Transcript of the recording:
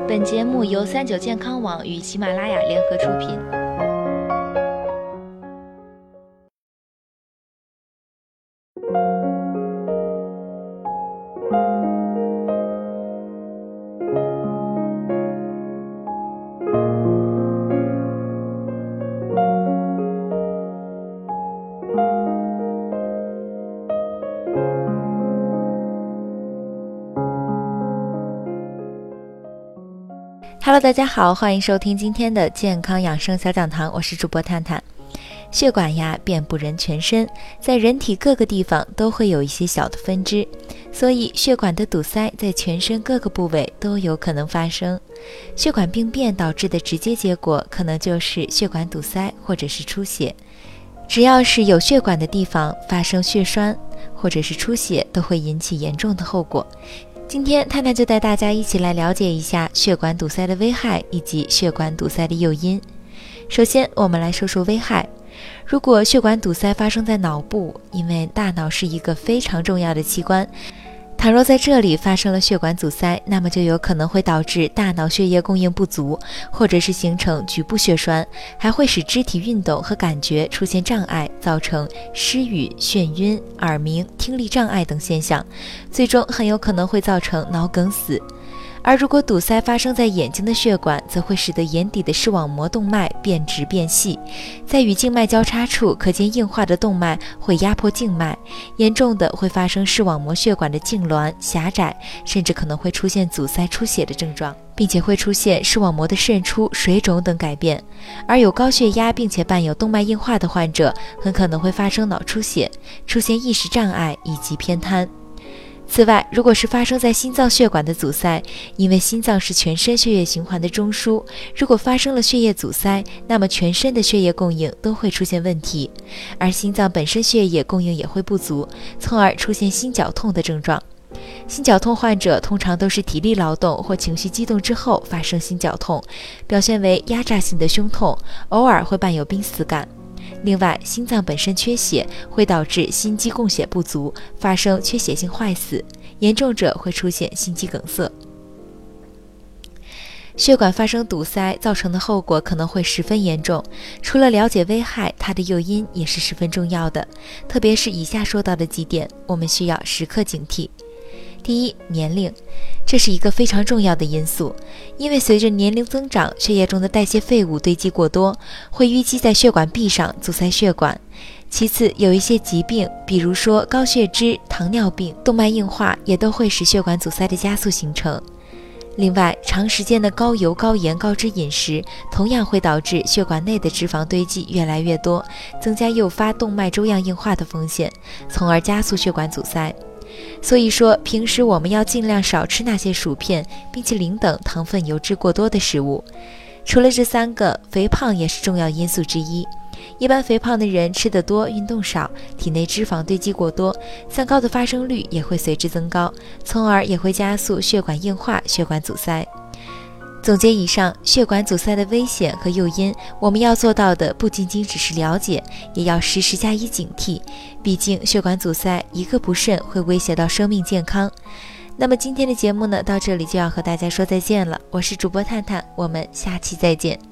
本节目由39健康网与喜马拉雅联合出品。Hello， 大家好，欢迎收听今天的健康养生小讲堂，我是主播探探。血管呀，遍布人全身，在人体各个地方都会有一些小的分支，所以血管的堵塞在全身各个部位都有可能发生。血管病变导致的直接结果可能就是血管堵塞或者是出血。只要是有血管的地方发生血栓或者是出血，都会引起严重的后果。今天探探就带大家一起来了解一下血管堵塞的危害以及血管堵塞的诱因。首先我们来说说危害。如果血管堵塞发生在脑部，因为大脑是一个非常重要的器官，倘若在这里发生了血管阻塞，那么就有可能会导致大脑血液供应不足，或者是形成局部血栓，还会使肢体运动和感觉出现障碍，造成失语、眩晕、耳鸣、听力障碍等现象，最终很有可能会造成脑梗死。而如果堵塞发生在眼睛的血管，则会使得眼底的视网膜动脉变直变细，在与静脉交叉处可见硬化的动脉会压迫静脉，严重的会发生视网膜血管的痉挛、狭窄，甚至可能会出现阻塞出血的症状，并且会出现视网膜的渗出、水肿等改变。而有高血压并且伴有动脉硬化的患者，很可能会发生脑出血，出现意识障碍以及偏瘫。此外，如果是发生在心脏血管的阻塞，因为心脏是全身血液循环的中枢，如果发生了血液阻塞，那么全身的血液供应都会出现问题，而心脏本身血液供应也会不足，从而出现心绞痛的症状。心绞痛患者通常都是体力劳动或情绪激动之后发生心绞痛，表现为压榨性的胸痛，偶尔会伴有濒死感。另外，心脏本身缺血会导致心肌供血不足，发生缺血性坏死，严重者会出现心肌梗塞。血管发生堵塞造成的后果可能会十分严重，除了了解危害，它的诱因也是十分重要的，特别是以下说到的几点，我们需要时刻警惕。第一，年龄，这是一个非常重要的因素，因为随着年龄增长，血液中的代谢废物堆积过多，会淤积在血管壁上，阻塞血管。其次，有一些疾病，比如说高血脂、糖尿病、动脉硬化，也都会使血管阻塞的加速形成。另外，长时间的高油、高盐、高脂饮食，同样会导致血管内的脂肪堆积越来越多，增加诱发动脉粥样硬化的风险，从而加速血管阻塞。所以说，平时我们要尽量少吃那些薯片、冰淇淋等糖分油脂过多的食物。除了这三个，肥胖也是重要因素之一。一般肥胖的人吃得多，运动少，体内脂肪堆积过多，三高的发生率也会随之增高，从而也会加速血管硬化、血管阻塞。总结以上，血管阻塞的危险和诱因，我们要做到的不仅仅只是了解，也要时时加以警惕。毕竟血管阻塞一个不慎会威胁到生命健康。那么今天的节目呢，到这里就要和大家说再见了。我是主播探探，我们下期再见。